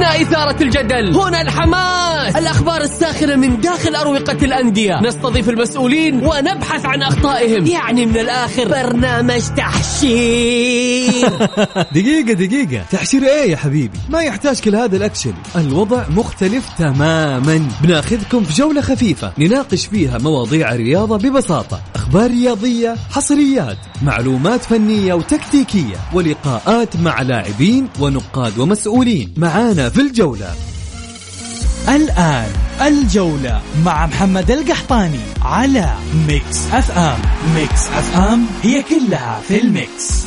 هنا إثارة الجدل، هنا الحماس، الأخبار الساخنة من داخل أروقة الأندية، نستضيف المسؤولين ونبحث عن أخطائهم. يعني من الآخر برنامج تحشير. دقيقة تحشير ايه يا حبيبي؟ ما يحتاج كل هذا الأكشن. الوضع مختلف تماما. بناخذكم في جولة خفيفة نناقش فيها مواضيع الرياضة ببساطة، أخبار رياضية، حصريات، معلومات فنية وتكتيكية، ولقاءات مع لاعبين ونقاد ومسؤولين. معانا في الجولة. الآن الجولة مع محمد القحطاني على ميكس اف ام. ميكس اف ام هي كلها في الميكس.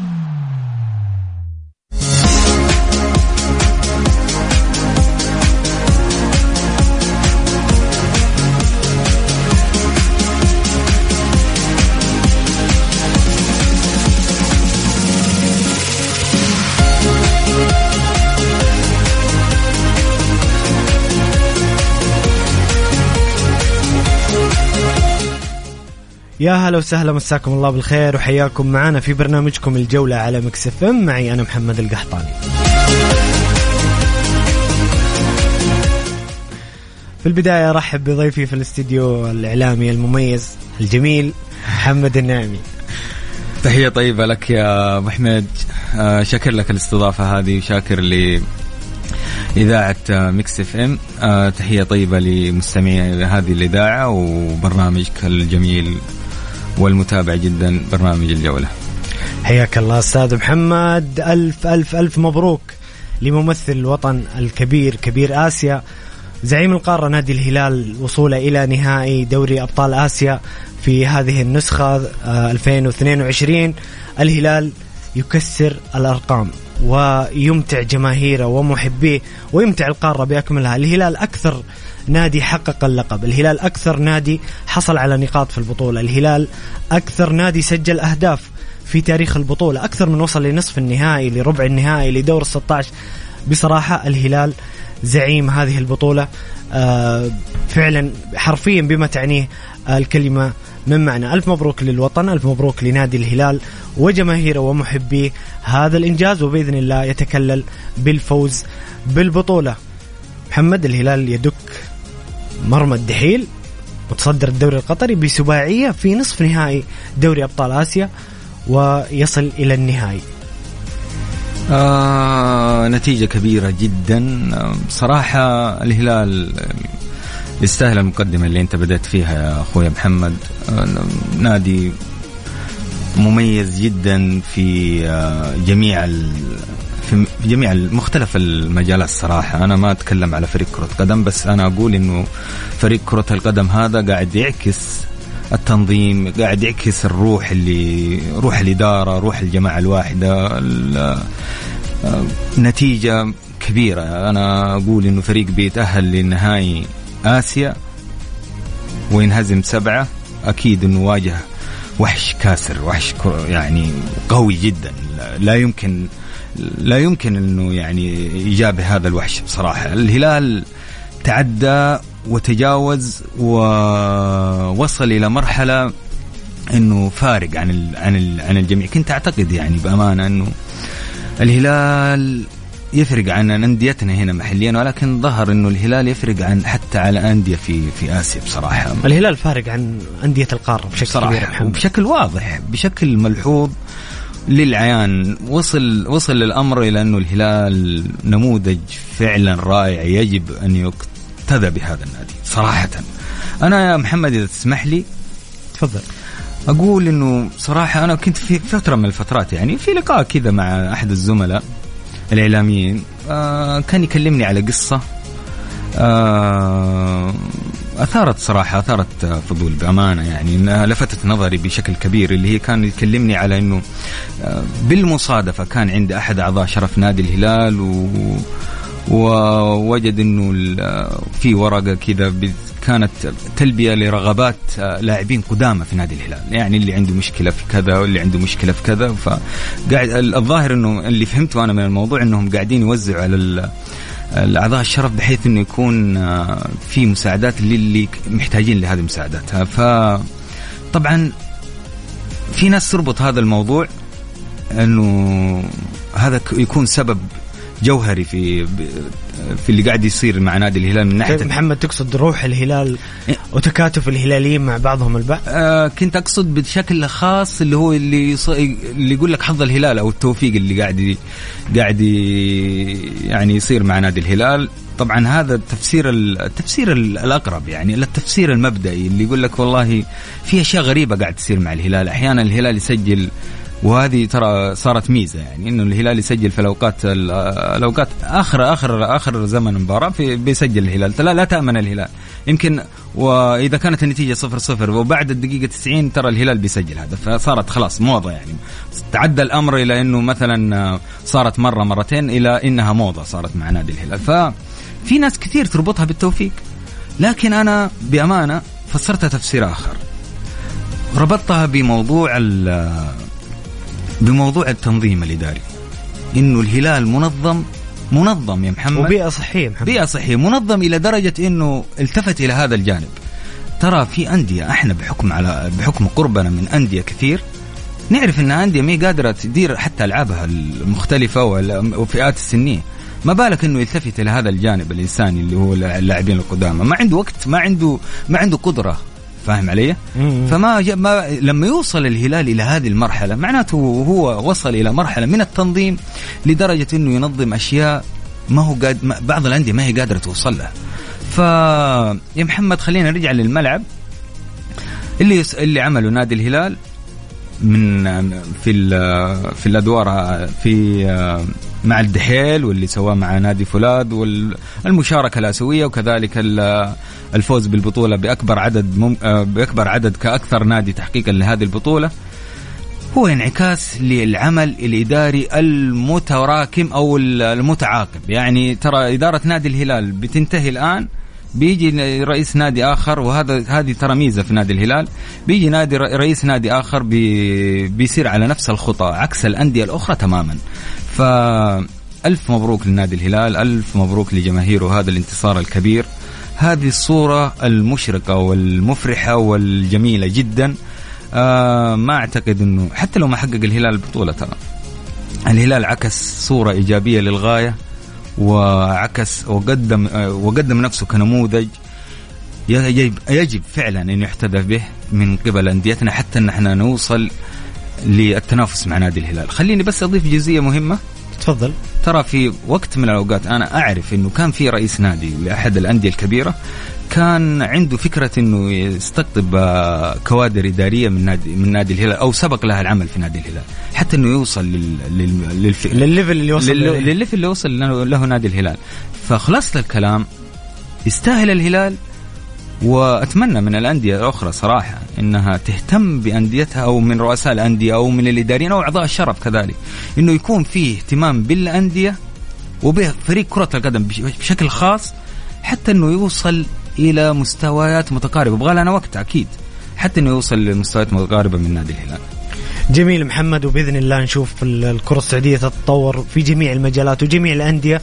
يا هلا وسهلا، مساكم الله بالخير وحياكم معنا في برنامجكم الجولة على ميكس اف ام. معي أنا محمد القحطاني. في البداية أرحب بضيفي في الاستديو الإعلامي المميز الجميل محمد النعمي. تحية طيبة لك يا أبو حميد، شاكر لك الاستضافة هذه وشاكر لإذاعة ميكس اف ام. تحية طيبة لمستمعي هذه الإذاعة وبرنامجك الجميل والمتابع جدا برنامج الجولة. حياك الله أستاذ محمد. ألف ألف ألف مبروك لممثل الوطن الكبير، كبير آسيا، زعيم القارة نادي الهلال، وصوله إلى نهائي دوري أبطال آسيا في هذه النسخة 2022. الهلال يكسر الأرقام ويمتع جماهيره ومحبيه ويمتع القارة بأكملها. الهلال أكثر نادي حقق اللقب، الهلال أكثر نادي حصل على نقاط في البطولة، الهلال أكثر نادي سجل أهداف في تاريخ البطولة، أكثر من وصل لنصف النهائي، لربع النهائي، لدور 16. بصراحة الهلال زعيم هذه البطولة فعلا حرفيا بما تعنيه الكلمة من معنى. ألف مبروك للوطن، ألف مبروك لنادي الهلال وجماهيره ومحبيه هذا الإنجاز، وبإذن الله يتكلل بالفوز بالبطولة. محمد، الهلال يدك مرمى الدحيل وتصدر الدوري القطري بسباعية في نصف نهائي دوري أبطال آسيا ويصل إلى النهائي. نتيجة كبيرة جدا صراحة. الهلال يستاهل المقدمة اللي انت بدأت فيها يا أخوي محمد. نادي مميز جدا في جميع مختلف المجالات. الصراحة أنا ما أتكلم على فريق كرة قدم بس، أنا أقول إنه فريق كرة القدم هذا قاعد يعكس التنظيم، قاعد يعكس روح الإدارة، روح الجماعة الواحدة. نتيجة كبيرة. أنا أقول إنه فريق بيتأهل لنهائي آسيا وينهزم 7، أكيد إنه واجه وحش كاسر، وحش يعني قوي جدا. لا يمكن إنه يعني يجابه هذا الوحش بصراحة. الهلال تعدى وتجاوز ووصل إلى مرحلة إنه فارق عن الجميع. كنت أعتقد يعني بأمانة إنه الهلال يفرق عن أنديتنا هنا محليا، ولكن ظهر إنه الهلال يفرق عن حتى على أندية في آسيا بصراحة. الهلال فارق عن أندية القارة بشكل كبير وبشكل واضح، بشكل ملحوظ للعيان. وصل الأمر إلى أنه الهلال نموذج فعلا رائع يجب أن يقتدى بهذا النادي صراحة. أنا يا محمد إذا تسمح لي تفضل. أقول إنه صراحة أنا كنت في فترة من الفترات يعني في لقاء كذا مع أحد الزملاء الإعلاميين، كان يكلمني على قصة أثارت فضول بأمانة، يعني لفتت نظري بشكل كبير. اللي هي كان يكلمني على إنه بالمصادفة كان عند أحد أعضاء شرف نادي الهلال ووجد إنه في ورقة كذا كانت تلبية لرغبات لاعبين قدامى في نادي الهلال، يعني اللي عنده مشكلة في كذا واللي عنده مشكلة في كذا. فقاعد الظاهر إنه اللي فهمته أنا من الموضوع إنهم قاعدين يوزعوا على الأعضاء الشرف بحيث إنه يكون في مساعدات للي محتاجين لهذه المساعدات. فطبعا في ناس تربط هذا الموضوع إنه هذا يكون سبب جوهري في اللي قاعد يصير مع نادي الهلال من ناحية. محمد تقصد روح الهلال وتكاتف الهلاليين مع بعضهم البعض؟ كنت أقصد بشكل خاص اللي هو اللي يقول لك حظ الهلال أو التوفيق اللي قاعد يعني يصير مع نادي الهلال. طبعا هذا التفسير الأقرب يعني التفسير المبدئي اللي يقول لك والله في أشياء غريبة قاعد تصير مع الهلال. أحيانا الهلال يسجل، وهذه ترى صارت ميزة يعني إنه الهلال يسجل في الأوقات آخر زمن المباراة بيسجل الهلال. لا تأمن الهلال يمكن، وإذا كانت النتيجة 0-0 وبعد الدقيقة 90 ترى الهلال بيسجل هذا، فصارت خلاص موضة يعني. تعدى الأمر إلى إنه مثلا صارت مرتين إلى إنها موضة صارت مع نادي الهلال. ففي ناس كثير تربطها بالتوفيق، لكن أنا بأمانة فسرتها تفسير آخر، ربطتها بموضوع التنظيم الإداري. إنه الهلال منظم يا محمد، وبيئة صحية محمد. بيئة صحية منظم إلى درجة إنه التفت إلى هذا الجانب. ترى في أندية إحنا بحكم قربنا من أندية كثير نعرف إن أندية ما قادرة تدير حتى ألعابها المختلفة وفئات السنية، ما بالك إنه يلتفت إلى هذا الجانب الإنساني اللي هو اللاعبين القدامى. ما عنده وقت، ما عنده قدرة، فاهم علي؟ لما يوصل الهلال إلى هذه المرحلة معناته هو وصل إلى مرحلة من التنظيم لدرجة إنه ينظم أشياء ما هو بعض الأندية ما هي قادرة توصل لها. يا محمد خلينا نرجع للملعب اللي عمله نادي الهلال في الأدوار مع الدحيل، واللي سواه مع نادي فولاد، والمشاركة الآسيوية، وكذلك الفوز بالبطولة بأكبر عدد كأكثر نادي تحقيقا لهذه البطولة. هو انعكاس للعمل الإداري المتراكم أو المتعاقب. يعني ترى إدارة نادي الهلال بتنتهي الآن، بيجي رئيس نادي آخر، هذه ترى ميزة في نادي الهلال، بيجي رئيس نادي آخر بيصير على نفس الخطى عكس الأندية الأخرى تماما. فألف مبروك للنادي الهلال، ألف مبروك لجماهيره هذا الانتصار الكبير، هذه الصورة المشرقة والمفرحة والجميلة جدا. ما أعتقد أنه حتى لو ما حقق الهلال البطولة، ترى الهلال عكس صورة إيجابية للغاية، وعكس وقدم نفسه كنموذج يجب فعلا أن يحتذى به من قبل أنديتنا حتى أن احنا نوصل للتنافس مع نادي الهلال. خليني بس أضيف جزئية مهمة. تفضل. ترى في وقت من الأوقات أنا أعرف أنه كان في رئيس نادي لأحد الأندية الكبيرة كان عنده فكرة أنه يستقطب كوادر إدارية من نادي الهلال، أو سبق لها العمل في نادي الهلال حتى أنه يوصل للليفل اللي وصل له نادي الهلال. فخلصت الكلام، يستاهل الهلال، وأتمنى من الأندية الأخرى صراحة إنها تهتم بأنديتها، أو من رؤساء الأندية أو من الإداريين أو أعضاء الشرف كذلك، إنه يكون فيه اهتمام بالأندية وبفريق كرة القدم بشكل خاص، حتى إنه يوصل إلى مستويات متقاربة. بغى لنا وقت أكيد حتى إنه يوصل لمستويات متقاربة من نادي الهلال. جميل محمد، وبإذن الله نشوف الكرة السعودية تتطور في جميع المجالات، وجميع الأندية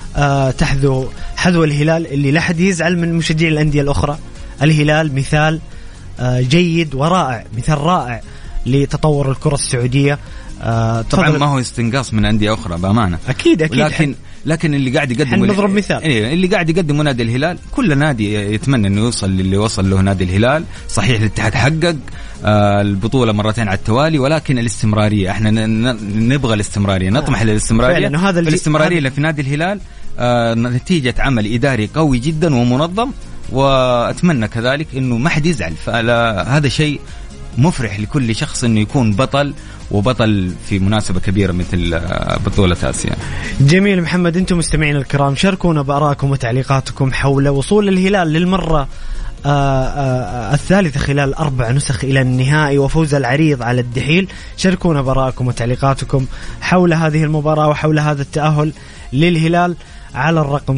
حذو الهلال اللي لا حد يزعل من مشجعي الأندية الأخرى. الهلال مثال جيد ورائع، مثال رائع لتطور الكرة السعودية. طبعا ما هو استنقاص من أندية أخرى بأمانة، أكيد لكن اللي قاعد يقدم نضرب مثال، اللي قاعد يقدم نادي الهلال، كل نادي يتمنى انه يوصل للي وصل له نادي الهلال. صحيح الاتحاد حقق البطولة مرتين على التوالي، ولكن الاستمرارية احنا نبغى الاستمرارية، نطمح للاستمرارية. الاستمرارية اللي في نادي الهلال نتيجة عمل إداري قوي جدا ومنظم، وأتمنى كذلك انه ما حد يزعل. فهذا شيء مفرح لكل شخص انه يكون بطل في مناسبة كبيرة مثل بطولة آسيا. جميل محمد، انتم مستمعين الكرام شاركونا بآرائكم وتعليقاتكم حول وصول الهلال للمرة الثالثة خلال 4 نسخ إلى النهائي وفوز العريض على الدحيل. شاركونا بآرائكم وتعليقاتكم حول هذه المباراة وحول هذا التأهل للهلال على الرقم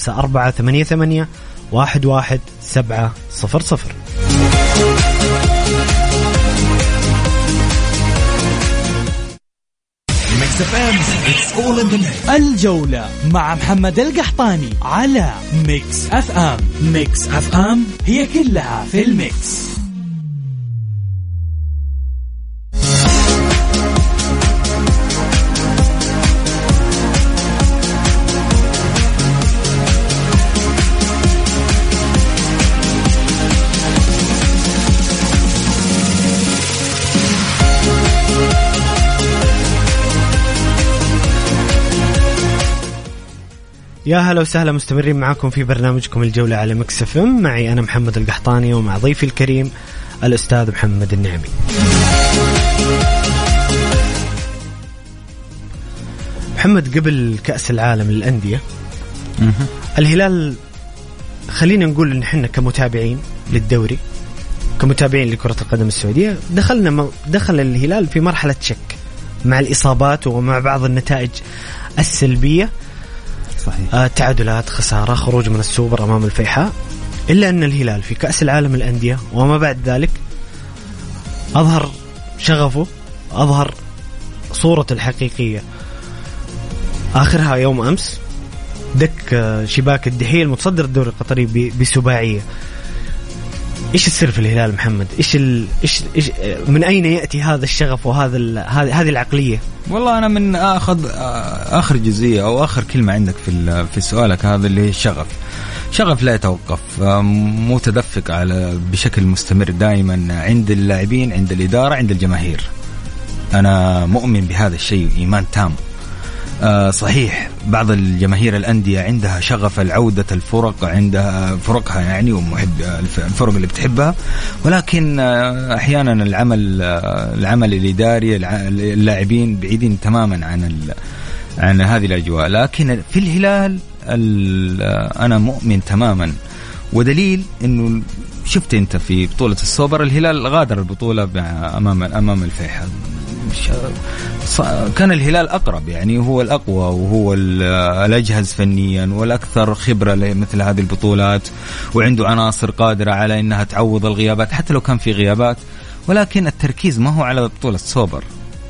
0548811700. الجولة مع محمد القحطاني على ميكس اف ام. ميكس اف ام هي كلها في الميكس. يا هلا وسهلا، مستمرين معاكم في برنامجكم الجولة على ميكس اف ام. معي أنا محمد القحطاني ومع ضيفي الكريم الأستاذ محمد النعمي. محمد، قبل كأس العالم للأندية الهلال، خلينا نقول إن إحنا كمتابعين للدوري، كمتابعين لكرة القدم السعودية، دخل الهلال في مرحلة شك مع الإصابات ومع بعض النتائج السلبية. صحيح. تعادلات، خسارة، خروج من السوبر أمام الفيحاء. إلا أن الهلال في كأس العالم للأندية وما بعد ذلك أظهر شغفه، أظهر صورة الحقيقية. آخرها يوم أمس دك شباك الدحيل المتصدر الدوري القطري بسباعية. إيش السر في الهلال محمد؟ إيش من أين يأتي هذا الشغف هذه العقلية؟ والله أنا من آخر جزئية أو آخر كلمة عندك في سؤالك هذا اللي هي الشغف. شغف لا يتوقف، متدفق على بشكل مستمر دائما عند اللاعبين، عند الإدارة، عند الجماهير. أنا مؤمن بهذا الشيء إيمان تام. صحيح بعض الجماهير الأندية عندها شغف العودة الفرق، عندها فرقها يعني ومحب الفرق اللي بتحبها، ولكن أحيانا العمل الإداري، اللاعبين بعيدين تماما عن هذه الأجواء. لكن في الهلال أنا مؤمن تماما، ودليل إنه شفت أنت في بطولة السوبر الهلال غادر البطولة أمام الفيحاء. كان الهلال أقرب، يعني هو الأقوى وهو الأجهز فنيا والأكثر خبرة لمثل هذه البطولات، وعنده عناصر قادرة على أنها تعوض الغيابات حتى لو كان في غيابات. ولكن التركيز ما هو على بطولة السوبر.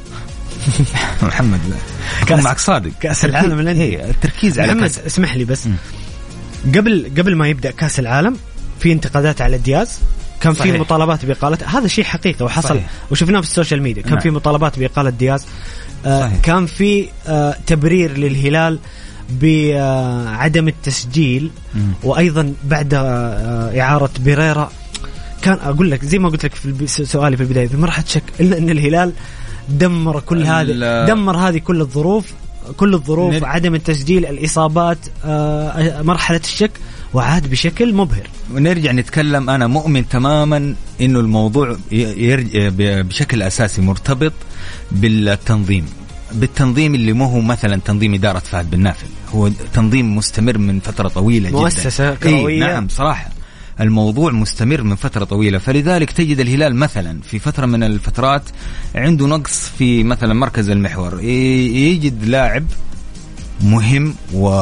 محمد كان معك صادق، كأس العالم هي التركيز على محمد. اسمح لي بس، قبل ما يبدأ كأس العالم في انتقادات على دياز، كان في مطالبات بإقالته. هذا شيء حقيقي وحصل. صحيح. وشفناه في السوشيال ميديا. كان في مطالبات بإقالة دياز. كان في تبرير للهلال بعدم التسجيل. وأيضا بعد إعارة بيريرا، كان أقول لك زي ما قلت لك في سؤالي في البداية، في مرحلة شك. إلا أن الهلال دمر كل هذه، دمر هذه كل الظروف، عدم التسجيل، الإصابات، مرحلة الشك، وعاد بشكل مبهر. ونرجع نتكلم، أنا مؤمن تماما إنه الموضوع بشكل أساسي مرتبط بالتنظيم اللي مو هو مثلا تنظيم إدارة فهد بن نافل، هو تنظيم مستمر من فترة طويلة جدا، مؤسسة كروية. نعم صراحة الموضوع مستمر من فترة طويلة. فلذلك تجد الهلال مثلا في فترة من الفترات عنده نقص في مثلا مركز المحور، يجد لاعب مهم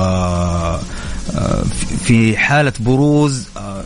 وفي حالة بروز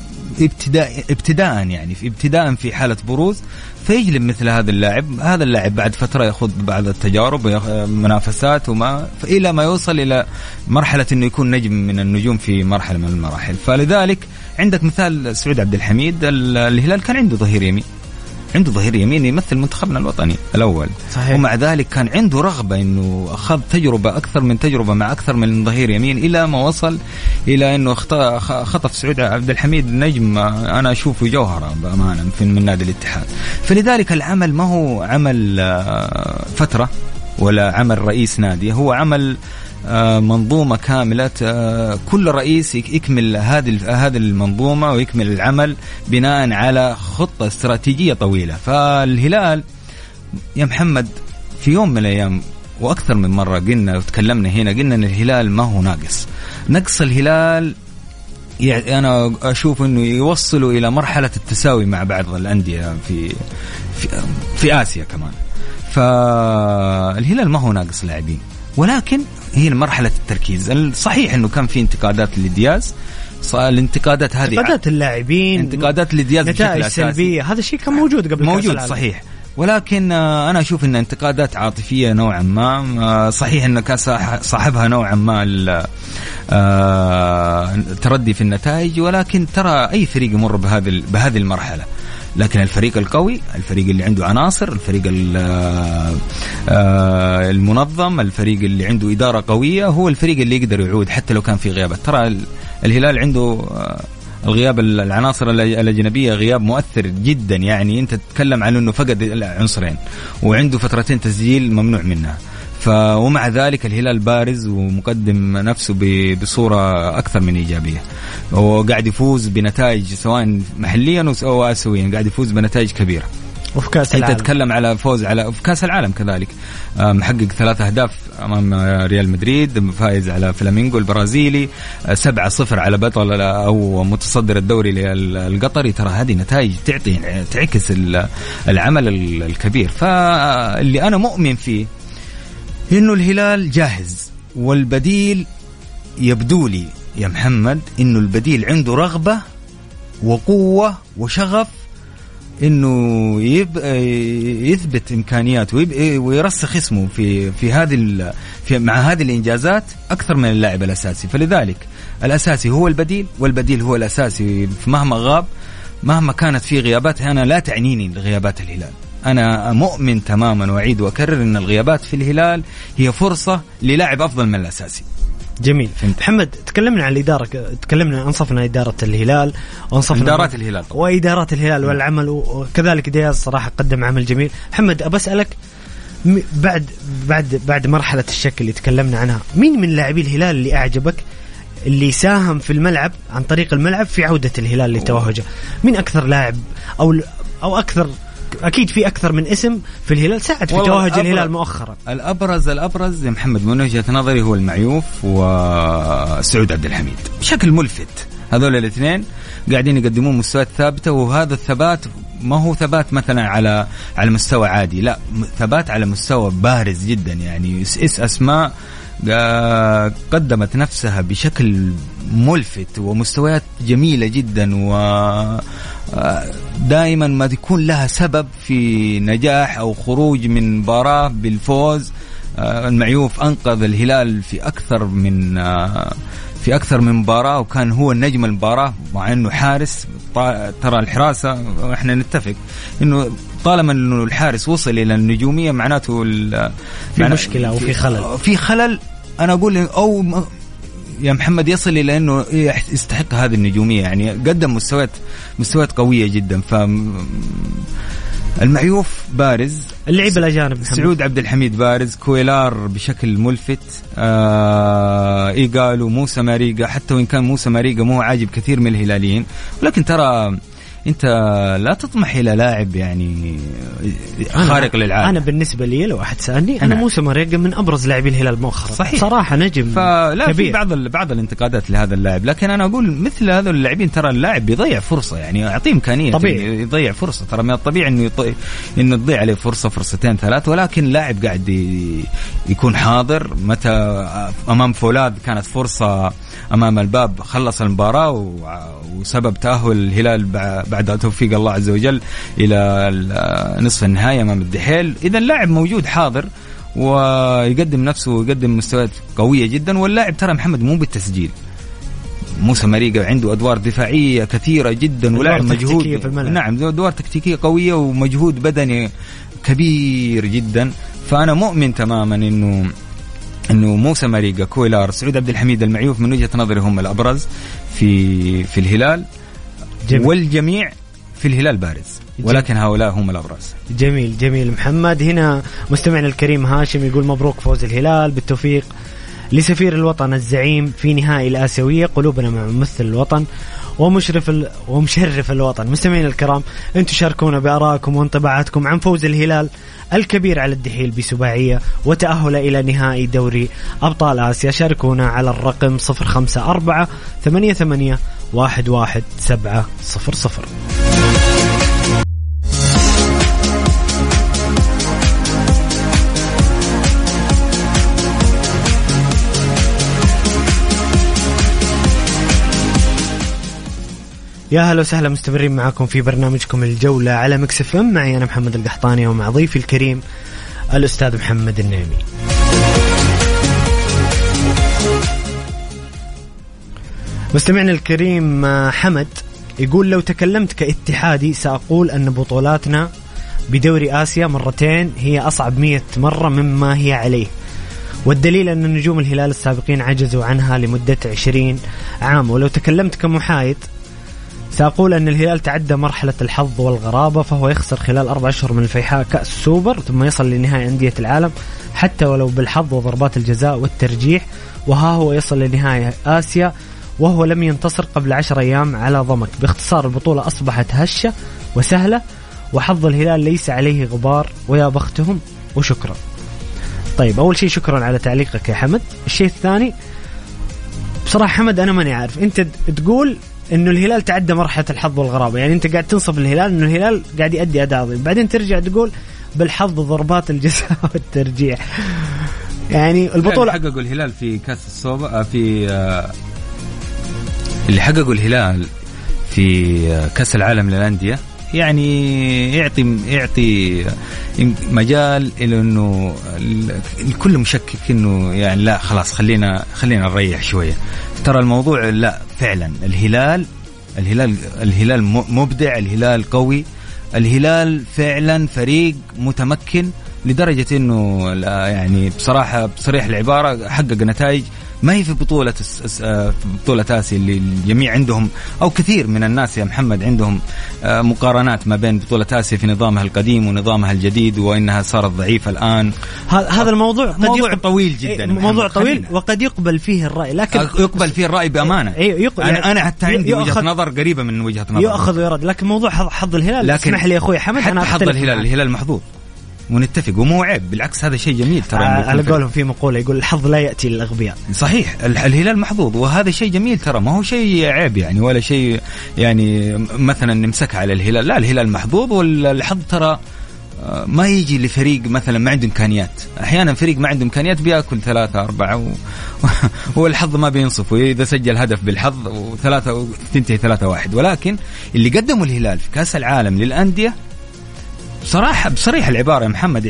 ابتداء في حالة بروز، فيجلب مثل هذا اللاعب بعد فترة يأخذ بعض التجارب منافسات إلى ما يوصل إلى مرحلة إنه يكون نجم من النجوم في مرحلة من المراحل. فلذلك عندك مثال سعود عبد الحميد، الهلال كان عنده ظهير يمين يمثل منتخبنا الوطني الأول. صحيح. ومع ذلك كان عنده رغبة إنه أخذ أكثر من تجربة مع أكثر من ظهير يمين، إلى ما وصل إلى إنه خطف سعود عبد الحميد نجم أنا أشوفه جوهرة بأمانة من نادي الاتحاد. فلذلك العمل ما هو عمل فترة ولا عمل رئيس نادي، هو عمل منظومة كاملة. كل رئيس يكمل هذه المنظومة ويكمل العمل بناء على خطة استراتيجية طويلة. فالهلال يا محمد في يوم من الأيام وأكثر من مرة قلنا وتكلمنا هنا، قلنا أن الهلال ما هو نقص الهلال يعني أنا أشوف أنه يوصلوا إلى مرحلة التساوي مع بعض الأندية في آسيا كمان. فالهلال ما هو ناقص لاعبين، ولكن هي مرحلة التركيز. صحيح أنه كان في انتقادات لدياز، الانتقادات هذه انتقادات اللاعبين، انتقادات لدياز نتائج سلبية، هذا الشيء كان موجود قبل موجود صحيح. ولكن أنا أشوف أن انتقادات عاطفية نوعا ما. صحيح أن كان صاحبها نوعا ما تردي في النتائج، ولكن ترى أي فريق يمر بهذه المرحلة. لكن الفريق القوي، الفريق اللي عنده عناصر، الفريق المنظم، الفريق اللي عنده إدارة قوية، هو الفريق اللي يقدر يعود حتى لو كان في غيابات. ترى الهلال عنده الغياب، العناصر الأجنبية غياب مؤثر جدا، يعني أنت تتكلم عن أنه فقد عنصرين وعنده فترتين تسجيل ممنوع منها. ومع ذلك الهلال بارز ومقدم نفسه بصورة أكثر من إيجابية، وقاعد يفوز بنتائج سواء محليا أو آسيويا، قاعد يفوز بنتائج كبيرة. وفي كأس العالم تتكلم على فوز في كأس العالم كذلك، محقق 3 أهداف أمام ريال مدريد، فائز على فلامينغو البرازيلي، 7-0 على بطل أو متصدر الدوري القطري. ترى هذه نتائج تعكس العمل الكبير. فاللي أنا مؤمن فيه إنه الهلال جاهز، والبديل يبدو لي يا محمد إنه البديل عنده رغبة وقوة وشغف إنه يثبت إمكانياته ويرسخ في اسمه مع هذه الإنجازات أكثر من اللاعب الأساسي. فلذلك الأساسي هو البديل، والبديل هو الأساسي مهما غاب، مهما كانت فيه غيابات. أنا لا تعنيني غيابات الهلال، أنا مؤمن تماما وأعيد وأكرر إن الغيابات في الهلال هي فرصة للاعب أفضل من الأساسي. جميل. محمد، تكلمنا عن الإدارة، تكلمنا أنصفنا إدارة الهلال وأنصفنا إدارات الهلال وإدارات الهلال والعمل، وكذلك دياز صراحة قدم عمل جميل. محمد، أبسألك بعد مرحلة الشك اللي تكلمنا عنها، مين من لاعبي الهلال اللي أعجبك، اللي ساهم في الملعب عن طريق الملعب في عودة الهلال لتوهجه؟ مين أكثر لاعب أو أكثر، أكيد في أكثر من اسم في الهلال ساعد في توهج الهلال مؤخرا؟ الأبرز يا محمد من وجهة نظري هو المعيوف وسعود عبد الحميد بشكل ملفت. هذول الاثنين قاعدين يقدمون مستويات ثابتة، وهذا الثبات ما هو ثبات مثلا على مستوى عادي، لا، ثبات على مستوى بارز جدا. يعني أسماء قدمت نفسها بشكل ملفت ومستويات جميلة جدا، ودائما ما تكون لها سبب في نجاح أو خروج من مباراة بالفوز. المعيوف أنقذ الهلال في أكثر من مباراة، وكان هو النجم المباراة مع أنه حارس. ترى الحراسة احنا نتفق إنه طالما إنه الحارس وصل إلى النجومية معناته في مشكلة أو في خلل. أنا أقول أو يا محمد يصل إلى أنه يستحق هذه النجومية، يعني قدم مستويات قوية جدا. المعيوف بارز، اللعيبة الأجانب محمد. سعود عبد الحميد بارز، كويلار بشكل ملفت، إيغالو، موسى ماريغا. حتى وإن كان موسى ماريغا مو عاجب كثير من الهلاليين، ولكن ترى أنت لا تطمح إلى لاعب يعني خارق للعالم. أنا بالنسبة لي لو أحد سألني، أنا موسى ماريغا من أبرز لاعبي الهلال مؤخرا. صحيح. صراحة نجم فلا كبير. في بعض الانتقادات لهذا اللاعب، لكن أنا أقول مثل هذا اللاعبين ترى اللاعب بيضيع فرصة، يعني أعطيه إمكانية طبيعي يضيع فرصة. ترى من الطبيعي إنه تضيع عليه فرصة 2-3، ولكن لاعب قاعد يكون حاضر. متى أمام فولاد كانت فرصة أمام الباب، خلص المباراة وسبب تأهل الهلال بعد توفيق الله عز وجل إلى نصف النهاية أمام الدحيل. إذا اللاعب موجود حاضر ويقدم نفسه ويقدم مستويات قوية جدا. واللاعب ترى محمد مو بالتسجيل، موسى ماريغا عنده أدوار دفاعية كثيرة جدا ولاعب مجهود. نعم، أدوار تكتيكية قوية ومجهود بدني كبير جدا. فأنا مؤمن تماما إنه موسى ماريغا، كويلار، سعود عبد الحميد، المعيوف من وجهة نظري هم الأبرز في الهلال. جميل. والجميع في الهلال بارز، ولكن هؤلاء هم الأبرز. جميل محمد. هنا مستمعنا الكريم هاشم يقول مبروك فوز الهلال، بالتوفيق لسفير الوطن الزعيم في نهائي الآسيوية، قلوبنا مع ممثل الوطن ومشرف الوطن. مستمعين الكرام، انتم شاركونا بآرائكم وانطباعاتكم عن فوز الهلال الكبير على الدحيل بسباعية وتأهل إلى نهائي دوري أبطال آسيا. شاركونا على الرقم 0548811700. يا هلا وسهلا، مستمرين معكم في برنامجكم الجولة على ميكس اف ام. معي أنا محمد القحطاني ومع ضيفي الكريم الأستاذ محمد النعمي. مستمعنا الكريم حمد يقول لو تكلمت كاتحادي سأقول أن بطولاتنا بدوري آسيا مرتين هي أصعب 100 مرة مما هي عليه، والدليل أن نجوم الهلال السابقين عجزوا عنها لمدة 20 عام. ولو تكلمت كمحايد سأقول أن الهلال تعدى مرحلة الحظ والغرابة، فهو يخسر خلال 4 أشهر من الفيحاء كأس السوبر، ثم يصل لنهائي أندية العالم حتى ولو بالحظ وضربات الجزاء والترجيح، وها هو يصل لنهائي آسيا وهو لم ينتصر قبل 10 أيام على ضمك. باختصار البطولة أصبحت هشة وسهلة، وحظ الهلال ليس عليه غبار، ويا بختهم وشكرا. طيب أول شيء شكرا على تعليقك يا حمد. الشيء الثاني بصراحة حمد أنا ماني عارف، أنت تقول إنه الهلال تعدى مرحلة الحظ والغرابة، يعني أنت قاعد تنصب الهلال إنه الهلال قاعد يؤدي أداء عظيم، بعدين ترجع تقول بالحظ ضربات الجزاء والترجيح. يعني البطولة اللي حققوا الهلال في كأس السوبر اللي حققوا الهلال في كأس العالم للأندية يعني يعطي مجال إلى إنه الكل مشكك إنه يعني لا خلاص خلينا نريح شوية. ترى الموضوع لا فعلا الهلال مبدع، الهلال قوي، الهلال فعلا فريق متمكن لدرجة إنه يعني بصراحة بصريح العبارة حقق نتائج ما هي في بطولة آسيا اللي الجميع عندهم أو كثير من الناس يا محمد عندهم مقارنات ما بين بطولة آسيا في نظامها القديم ونظامها الجديد وإنها صارت ضعيفة الآن. هذا الموضوع موضوع طويل جدا، موضوع طويل وقد يقبل فيه الرأي، لكن يقبل فيه الرأي بأمانة. أنا حتى عندي وجهة نظر قريبة من وجهة نظر، يأخذ ويرد، لكن موضوع حظ الهلال اسمح لي يا أخوي حمد، أنا حظ الهلال محظوظ ونتفق ومو عيب، بالعكس هذا شيء جميل. ترى على قولهم في مقولة يقول الحظ لا يأتي للأغبياء. صحيح، الهلال محظوظ وهذا شيء جميل، ترى ما هو شيء عيب يعني ولا شيء يعني مثلا نمسك على الهلال، لا الهلال محظوظ. والحظ ترى ما يجي لفريق مثلا ما عنده إمكانيات، أحيانا فريق ما عنده إمكانيات بيأكل 3-4 والحظ ما بينصف، وإذا سجل هدف بالحظ و3 تنتهي 3-1. ولكن اللي قدمه الهلال في كأس العالم للأندية بصريح العبارة يا محمد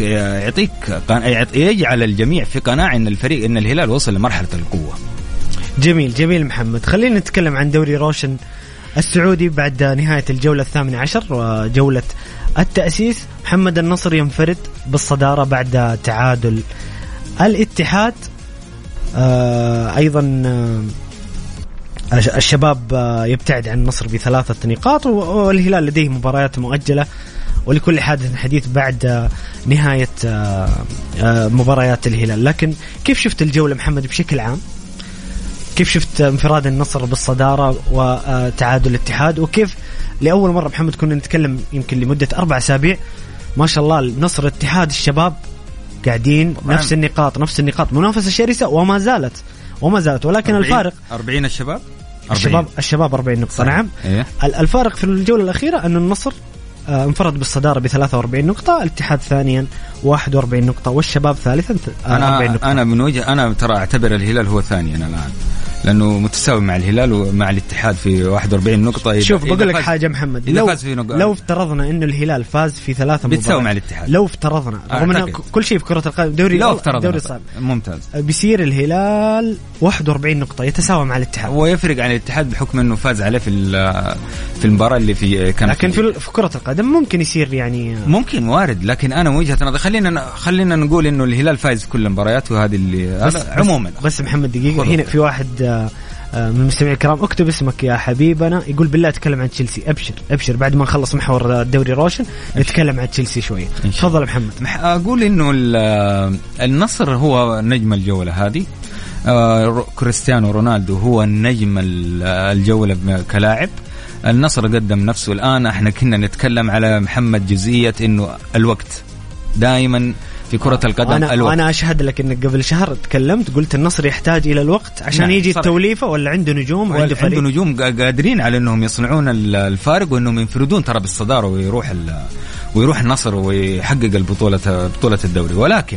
يجعل الجميع في قناعة إن الهلال وصل لمرحلة القوة. جميل محمد. خلينا نتكلم عن دوري روشن السعودي بعد نهاية الجولة 18 وجولة التأسيس. محمد النصر ينفرد بالصدارة بعد تعادل الاتحاد. أيضا الشباب يبتعد عن النصر ب3 نقاط، والهلال لديه مباريات مؤجلة، ولكل حادث حديث بعد نهاية مباريات الهلال. لكن كيف شفت الجولة محمد بشكل عام؟ كيف شفت انفراد النصر بالصدارة وتعادل الاتحاد؟ وكيف لأول مرة محمد كنا نتكلم يمكن لمدة 4 أسابيع ما شاء الله النصر الاتحاد الشباب قاعدين نفس النقاط منافسة شرسة وما زالت ولكن 40 الفارق 40 الشباب 40 نقطة صحيح. نعم إيه؟ الفارق في الجولة الأخيرة أن النصر انفرد بالصدارة ب43 نقطة، الاتحاد ثانيا 41 نقطة، والشباب ثالثا 40 نقطة. أنا ترى أعتبر الهلال هو ثانيا الآن، لأنه متساوي مع الهلال ومع الاتحاد في 41 نقطة. شوف بقول لك حاجة محمد، لو افترضنا إنه الهلال فاز في 3 مباريات بتساوي مع الاتحاد، لو افترضنا رغم أن كل شيء في كرة القدم دوري صعب ممتاز، بيصير الهلال 41 نقطة يتساوي مع الاتحاد، ويفرق عن الاتحاد بحكم إنه فاز عليه في المباراة اللي كان لكن في كرة القدم ممكن يصير يعني ممكن وارد. لكن أنا وجهة نظري خلينا نقول إنه الهلال فايز في كل المباريات، وهذه اللي عموما. بس محمد دقيقة هنا في واحد من المستمعين الكرام اكتب اسمك يا حبيبنا، يقول بالله اتكلم عن تشيلسي. ابشر بعد ما نخلص محور الدوري روشن نتكلم عن تشيلسي شويه. تفضل محمد. اقول انه النصر هو نجم الجوله هذه، كريستيانو رونالدو هو نجم الجوله كلاعب. النصر قدم نفسه. الان احنا كنا نتكلم على محمد جزئيه انه الوقت دائما في كرة القدم. أنا أشهد لك إنك قبل شهر تكلمت قلت النصر يحتاج إلى الوقت عشان يجي التوليفة، ولا عنده نجوم وعنده فريق؟ عنده نجوم قادرين على إنهم يصنعون الفارق وإنهم ينفردون ترى بالصدارة ويروح النصر ويحقق بطولة الدوري. ولكن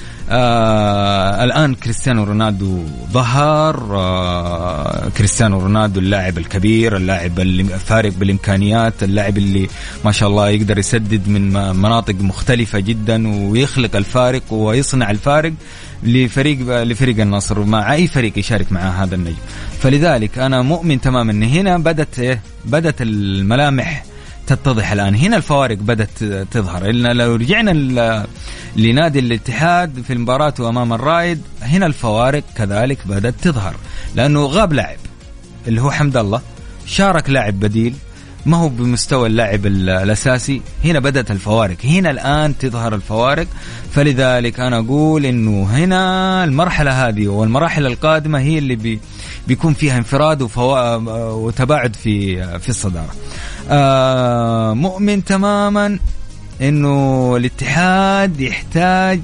الآن كريستيانو رونالدو ظهر. كريستيانو رونالدو اللاعب الكبير، اللاعب الفارق بالإمكانيات، اللاعب اللي ما شاء الله يقدر يسدد من مناطق مختلفة جدا ويخلق الفارق ويصنع الفارق لفريق النصر مع أي فريق يشارك مع هذا النجم. فلذلك أنا مؤمن تماما أن هنا بدت الملامح تتضح الآن. هنا الفوارق بدت تظهر. إن لو رجعنا لنادي الاتحاد في المباراة أمام الرائد، هنا الفوارق كذلك بدت تظهر، لأنه غاب لاعب اللي هو حمد الله شارك لاعب بديل ما هو بمستوى اللاعب الأساسي، هنا بدأت الفوارق، هنا الآن تظهر الفوارق. فلذلك أنا أقول إنه هنا المرحلة هذه والمراحل القادمة هي اللي بيكون فيها انفراد وتباعد في الصدارة. مؤمن تماما إنه الاتحاد يحتاج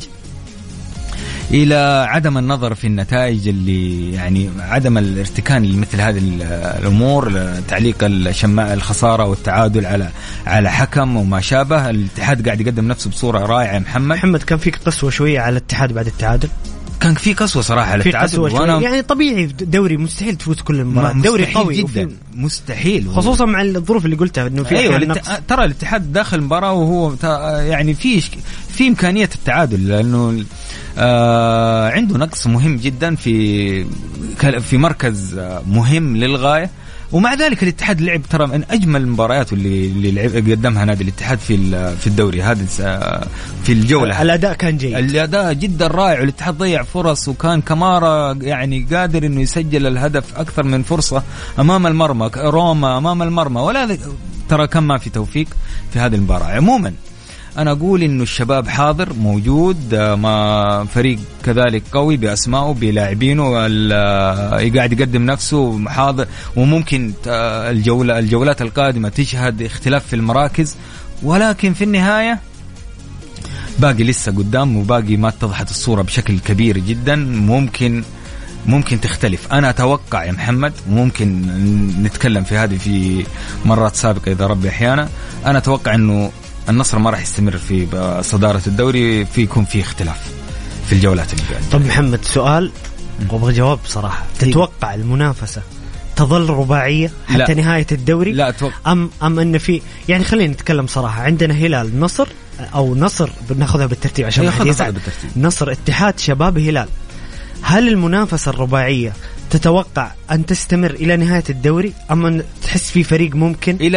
إلى عدم النظر في النتائج اللي يعني عدم الارتكان لمثل هذه الأمور، تعليق الخسارة والتعادل على حكم وما شابه. الاتحاد قاعد يقدم نفسه بصورة رائعة. محمد كان فيك قسوة شوية على الاتحاد بعد التعادل؟ كان في قسوة صراحة على الاتحاد، وأنا يعني طبيعي دوري مستحيل تفوز كل المباراة، دوري قوي جدا مستحيل، خصوصا مع الظروف اللي قلتها انه في أيوة ترى الاتحاد داخل المباراة وهو يعني في إمكانية التعادل، لأنه عنده نقص مهم جدا في مركز مهم للغاية، ومع ذلك الاتحاد لعب ترى من أجمل المباريات اللي قدمها نادي الاتحاد في الدوري هذا في الجولة. الأداء كان جيد، الأداء جدا رائع، والاتحاد ضيع فرص، وكان كمارا يعني قادر إنه يسجل الهدف أكثر من فرصة أمام المرمى، روما أمام المرمى، ولا ترى كم ما في توفيق في هذه المباراة. عموما أنا أقول إنه الشباب حاضر موجود، ما فريق كذلك قوي بأسمائه بلاعبينه، قاعد يقدم نفسه حاضر، وممكن الجولات القادمة تشهد اختلاف في المراكز، ولكن في النهاية باقي لسه قدام، وباقي ما اتضحت الصورة بشكل كبير جدا. ممكن تختلف. أنا أتوقع يا محمد، ممكن نتكلم في هذه في مرات سابقة إذا ربي أحيانا، أنا أتوقع إنه النصر ما راح يستمر في صدارة الدوري، يكون فيه اختلاف في الجولات اللي جاية. طب محمد سؤال وابغى جواب بصراحة، تتوقع المنافسة تظل رباعية حتى نهاية الدوري؟ لا أتوقع. أم أن في يعني خلينا نتكلم صراحة، عندنا هلال نصر، أو نصر بناخذها بالترتيب عشان ما يزعل، نصر اتحاد شباب هلال. هل المنافسة الرباعية تتوقع أن تستمر إلى نهاية الدوري، أم أن تحس في فريق ممكن إلى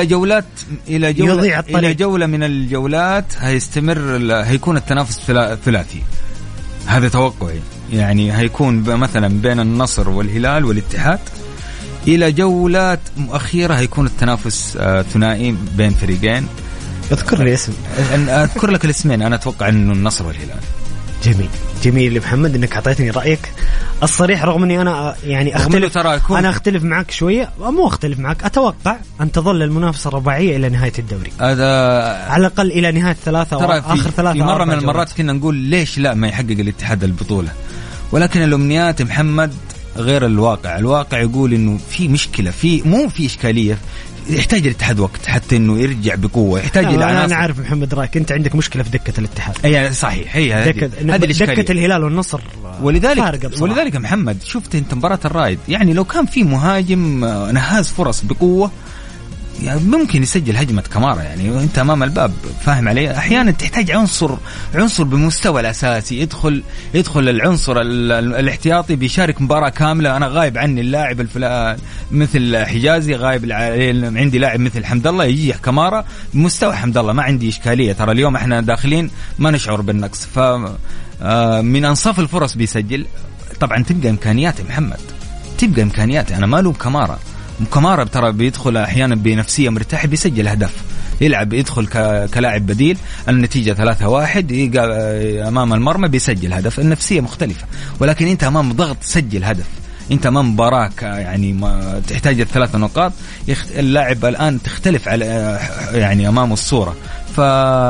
جولة من الجولات هيستمر، هيكون التنافس ثلاثي؟ هذا توقعي، يعني هيكون مثلا بين النصر والهلال والاتحاد، إلى جولات مؤخرة هيكون التنافس ثنائي بين فريقين. اذكر لي اسم. أذكر لك الاسمين، أنا أتوقع إنه النصر والهلال. جميل لمحمد انك اعطيتني رايك الصريح، رغم اني انا يعني اختلف معك شويه، مو اختلف معك، اتوقع ان تظل المنافسه الرباعيه الى نهايه الدوري، على الاقل الى نهايه ثلاثه او اخر ثلاثه. في مره من المرات كنا نقول ليش لا ما يحقق الاتحاد البطوله، ولكن الامنيات محمد غير الواقع. الواقع يقول انه في مشكله، مو في اشكاليه، يحتاج الاتحاد وقت حتى انه يرجع بقوه، يحتاج الى عناصر. انا عارف محمد رايك، انت عندك مشكله في دكه الاتحاد. اي صحيح، هي هذه دكه الهلال والنصر. ولذلك محمد شفت انت مباراه الرائد، يعني لو كان في مهاجم نهاز فرص بقوه يعني ممكن يسجل هجمة كمارا، يعني انت امام الباب، فاهم علي؟ احيانا تحتاج عنصر بمستوى الاساسي، يدخل العنصر الاحتياطي بيشارك مباراة كاملة. انا غايب عني اللاعب الفلاني مثل حجازي، غايب عندي لاعب مثل حمد الله، يجي كمارا بمستوى حمد الله، ما عندي اشكالية. ترى اليوم احنا داخلين ما نشعر بالنقص، ف من انصاف الفرص بيسجل. طبعا تبقى امكانياتي محمد، تبقى امكانياتي، انا ما لوم كمارا ترى بيدخل احيانا بنفسيه مرتاح، بيسجل اهداف، يلعب يدخل كلاعب بديل، النتيجه 3-1 امام المرمى بيسجل هدف، النفسيه مختلفه. ولكن انت امام ضغط سجل هدف، انت امام مباراه يعني ما تحتاج ال3 نقاط، اللاعب الان تختلف على يعني امام الصوره. ف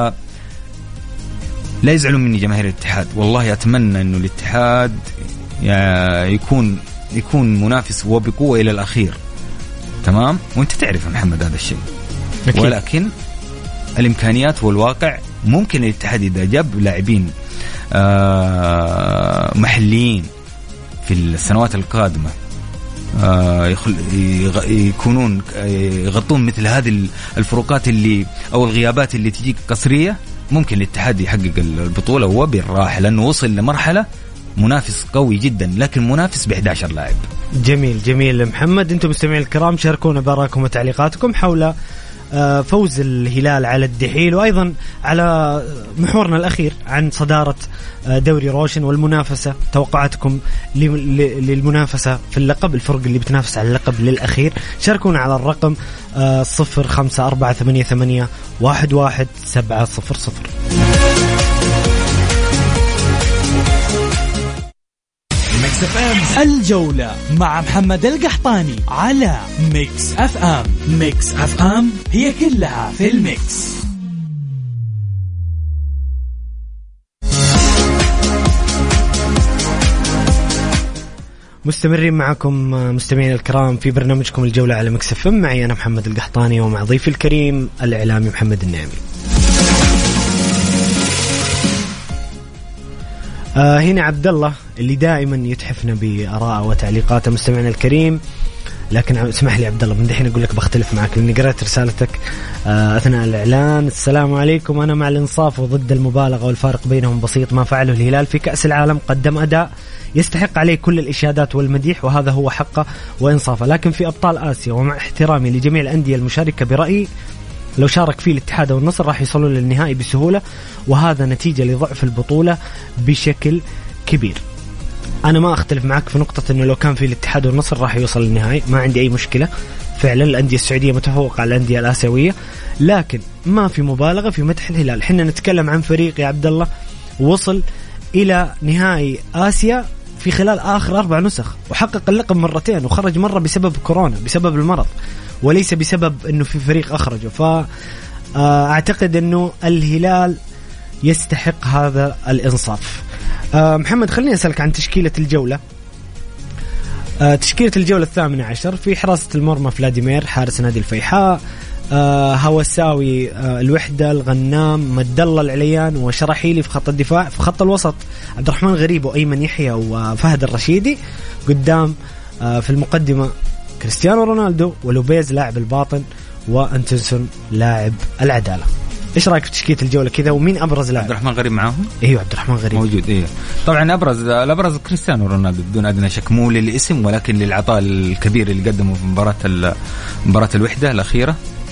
لا يزعلوا مني جماهير الاتحاد، والله اتمنى انه الاتحاد يكون منافس وبقوه الى الاخير، تمام؟ وانت تعرف يا محمد هذا الشيء. ولكن الامكانيات والواقع، ممكن الاتحاد اذا جاب لاعبين محليين في السنوات القادمه يكونون يغطون مثل هذه الفروقات اللي او الغيابات اللي تجيك قصريه، ممكن الاتحاد يحقق البطوله وبالراحه، لانه وصل لمرحله منافس قوي جدا، لكن منافس ب11 لاعب. جميل محمد. انتم مستمعين الكرام، شاركونا بآرائكم وتعليقاتكم حول فوز الهلال على الدحيل، وأيضا على محورنا الأخير عن صدارة دوري روشن والمنافسة. توقعاتكم للمنافسة في اللقب، الفرق اللي بتنافس على اللقب للأخير. شاركونا على الرقم 0548811700. الجولة مع محمد القحطاني على ميكس اف ام. ميكس اف ام هي كلها في الميكس. مستمرين معكم مستمعين الكرام في برنامجكم الجولة على ميكس اف ام، معي أنا محمد القحطاني ومع ضيفي الكريم الإعلامي محمد النعمي. هنا عبد الله اللي دائما يتحفنا بآراءه وتعليقاته مستمعنا الكريم، لكن اسمح لي عبد الله من دحين أقول لك بختلف معك لأني قرأت رسالتك أثناء الإعلان. السلام عليكم، أنا مع الإنصاف وضد المبالغة والفارق بينهم بسيط. ما فعله الهلال في كأس العالم قدم أداء يستحق عليه كل الإشادات والمديح وهذا هو حقه وإنصافه، لكن في أبطال آسيا ومع احترامي لجميع الأندية المشاركة برأيي لو شارك فيه الاتحاد والنصر راح يصلوا للنهائي بسهولة، وهذا نتيجة لضعف البطولة بشكل كبير. أنا ما أختلف معك في نقطة أنه لو كان في الاتحاد والنصر راح يوصل للنهائي، ما عندي أي مشكلة. فعلا الأندية السعودية متفوقة على الأندية الآسيوية، لكن ما في مبالغة في مدح الهلال. حنا نتكلم عن فريق يا عبد الله وصل إلى نهائي آسيا في خلال آخر 4 نسخ وحقق اللقب مرتين، وخرج مرة بسبب كورونا بسبب المرض وليس بسبب أنه في فريق أخرجه. فأعتقد أنه الهلال يستحق هذا الإنصاف. محمد خليني أسألك عن تشكيلة الجولة. تشكيلة الجولة 18 في حراسة المرمى فلاديمير حارس نادي الفيحاء، هوساوي الوحدة، الغنام، مد الله العليان وشرحيلي في خط الدفاع. في خط الوسط عبد الرحمن غريب وأيمن يحيى وفهد الرشيدي. قدام في المقدمة كريستيانو رونالدو ولوبيز لاعب الباطن وأنتونسون لاعب العدالة. ايش رايك في تشكيله الجوله كذا ومين ابرز لاعب؟ عبد الرحمن غريب معاهم. ايوه عبد الرحمن غريب موجود. ايوه طبعا الابرز كريستيانو رونالدو بدون ادنى شك، مو للاسم ولكن للعطاء الكبير اللي قدمه في مباراه الوحده الاخيره.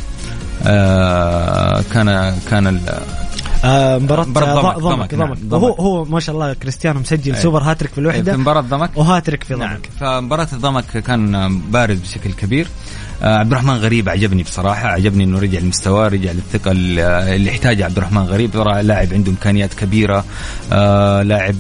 كان مباراة ضمك. هو ما شاء الله كريستيانو مسجل سوبر هاتريك في الوحده في مباراة ضمك وهاتريك في ضمك. نعم. فمباراة الضمك كان بارز بشكل كبير. عبد الرحمن غريب عجبني بصراحة، عجبني انه رجع المستوى، رجع للثقة اللي يحتاجها عبد الرحمن غريب. ترى لاعب عنده امكانيات كبيرة، لاعب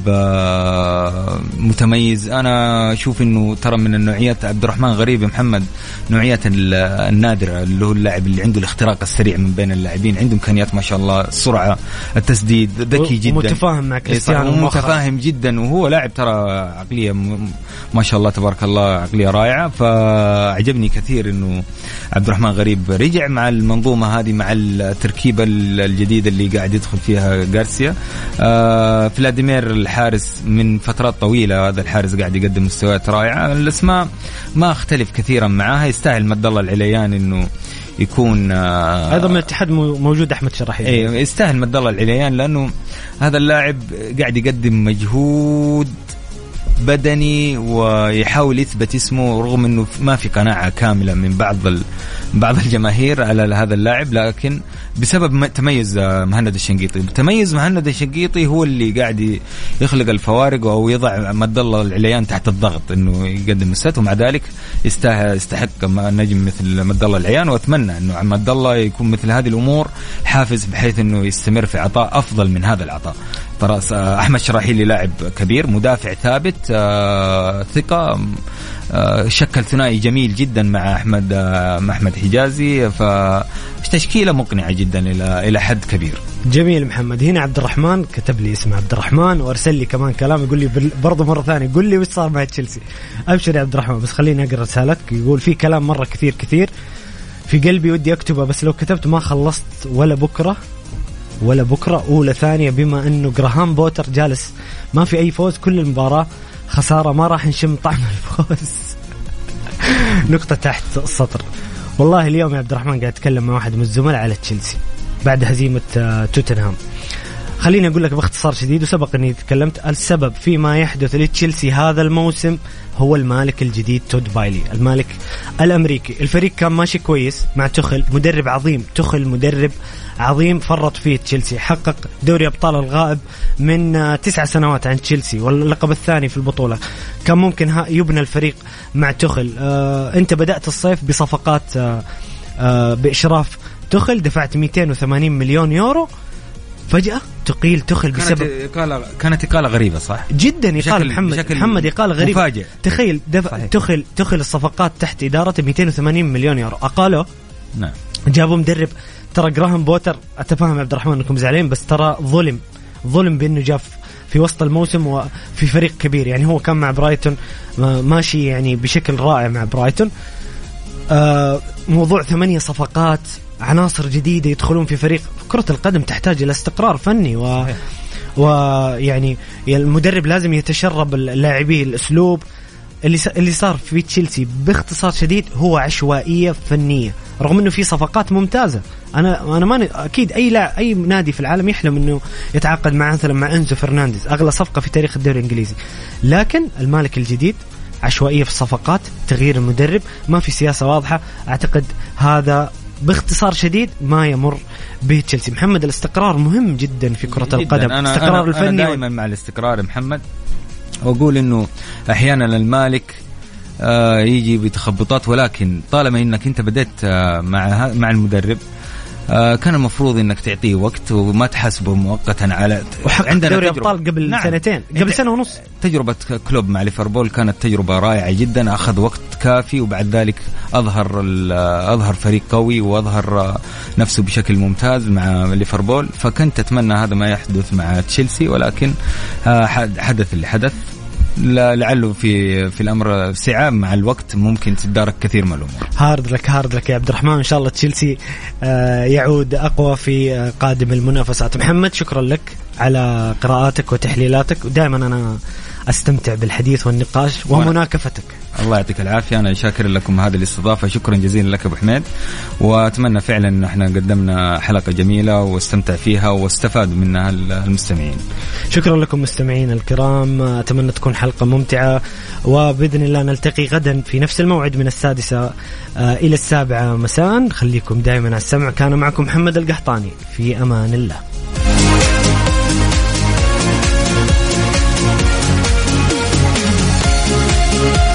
متميز. انا اشوف انه ترى من النوعيات عبد الرحمن غريب يا محمد نوعيات النادرة، اللي هو اللاعب اللي عنده الاختراق السريع من بين اللاعبين، عنده امكانيات ما شاء الله، السرعة، التسديد، ذكي جدا، متفاهم مع كريستيانو، متفاهم جدا، وهو لاعب ترى عقلية ما شاء الله تبارك الله، عقلية رائعة. فعجبني كثير انه عبد الرحمن غريب رجع مع المنظومة هذه، مع التركيبة الجديدة اللي قاعد يدخل فيها غارسيا. فلاديمير الحارس من فترات طويلة، هذا الحارس قاعد يقدم مستويات رائعة. الاسماء ما اختلف كثيرا معاها، يستاهل مد الله العليان انه يكون ايضا من الاتحاد موجود احمد شرحي. ايوه يستاهل مد الله العليان، لانه هذا اللاعب قاعد يقدم مجهود بدني ويحاول يثبت اسمه، رغم انه ما في قناعة كاملة من بعض الجماهير على هذا اللاعب، لكن بسبب تميز مهند الشنقيطي. تميز مهند الشنقيطي هو اللي قاعد يخلق الفوارق او يضع مد الله العليان تحت الضغط انه يقدم الست، ومع ذلك يستحق نجم مثل مد الله العليان. واتمنى انه مد الله يكون مثل هذه الامور حافز بحيث انه يستمر في عطاء افضل من هذا العطاء. ترى احمد شراحيلي لاعب كبير، مدافع ثابت، ثقة، شكل ثنائي جميل جدا مع أحمد حجازي، فتشكيلة مقنعة جدا إلى حد كبير. جميل محمد. هنا عبد الرحمن كتب لي اسم عبد الرحمن وأرسل لي كمان كلام يقول لي برضه مرة ثانية، يقول لي وش صار مع تشيلسي. أبشر يا عبد الرحمن، بس خليني أقرأ رسالك. يقول في كلام مرة كثير في قلبي ودي أكتبه، بس لو كتبت ما خلصت ولا بكرة أولى ثانية، بما أنه جراهام بوتر جالس ما في أي فوز، كل المباراة خسارة، ما راح نشم طعم الفوز. نقطة تحت السطر. والله اليوم يا عبد الرحمن قاعد أتكلم مع واحد من الزملاء على تشيلسي بعد هزيمة توتنهام. خليني أقول لك باختصار شديد، وسبق أني تكلمت، السبب فيما يحدث لتشيلسي هذا الموسم هو المالك الجديد تود بايلي، المالك الأمريكي. الفريق كان ماشي كويس مع تخل، مدرب عظيم، تخل مدرب عظيم فرط فيه تشيلسي، حقق دوري أبطال الغائب من 9 سنوات عن تشيلسي واللقب الثاني في البطولة. كان ممكن يبنى الفريق مع تخل. أنت بدأت الصيف بصفقات بإشراف تخل، دفعت 280 مليون يورو، فجأة تقيل تخل بسبب كانت إقالة غريبة صح جدا. إقالة محمد إقالة غريبة مفاجئ. تخيل تخل الصفقات تحت إدارته 280 مليون يورو أقاله. نعم. جابوا مدرب، ترى جراهام بوتر، أتفهم عبد الرحمن أنكم زعلين بس ترى ظلم بأنه جاء في وسط الموسم وفي فريق كبير. يعني هو كان مع برايتون ماشي يعني بشكل رائع مع برايتون. موضوع 8 صفقات، عناصر جديدة يدخلون في فريق. كرة القدم تحتاج إلى استقرار فني ويعني المدرب لازم يتشرب اللاعبين. الأسلوب اللي صار في تشيلسي باختصار شديد هو عشوائية فنية، رغم أنه في صفقات ممتازة. أنا ما أكيد أي نادي في العالم يحلم أنه يتعاقد مثلا مع أنزو فرنانديز، أغلى صفقة في تاريخ الدوري الإنجليزي، لكن المالك الجديد عشوائية في الصفقات، تغيير المدرب، ما في سياسة واضحة. أعتقد هذا باختصار شديد ما يمر به تشيلسي. محمد، الاستقرار مهم جدا في كرة القدم. استقرار الفني. أنا دائما مع الاستقرار محمد، وأقول إنه أحيانا المالك يجي بتخبطات، ولكن طالما إنك أنت بدأت مع المدرب كان المفروض انك تعطيه وقت وما تحسبه مؤقتا على. عندنا دوري ابطال قبل سنتين، قبل سنه ونص. تجربه كلوب مع ليفربول كانت تجربه رائعه جدا، اخذ وقت كافي وبعد ذلك اظهر فريق قوي واظهر نفسه بشكل ممتاز مع ليفربول. فكنت اتمنى هذا ما يحدث مع تشيلسي، ولكن حدث اللي حدث. لعله في الأمر سعاب مع الوقت ممكن تدارك كثير من الأمور. هارد لك يا عبد الرحمن، إن شاء الله تشيلسي يعود أقوى في قادم المنافسات. محمد، شكرا لك على قراءاتك وتحليلاتك، ودائما أنا أستمتع بالحديث والنقاش ومناكفتك. الله يعطيك العافية، أنا شاكر لكم هذه الاستضافة، شكرا جزيلا لك أبو حميد، وأتمنى فعلا أن احنا قدمنا حلقة جميلة واستمتع فيها واستفاد منها المستمعين. شكرا لكم مستمعين الكرام، أتمنى تكون حلقة ممتعة، وبإذن الله نلتقي غدا في نفس الموعد من 6 إلى 7 مساء. خليكم دائما على السمع. كان معكم محمد القحطاني، في أمان الله.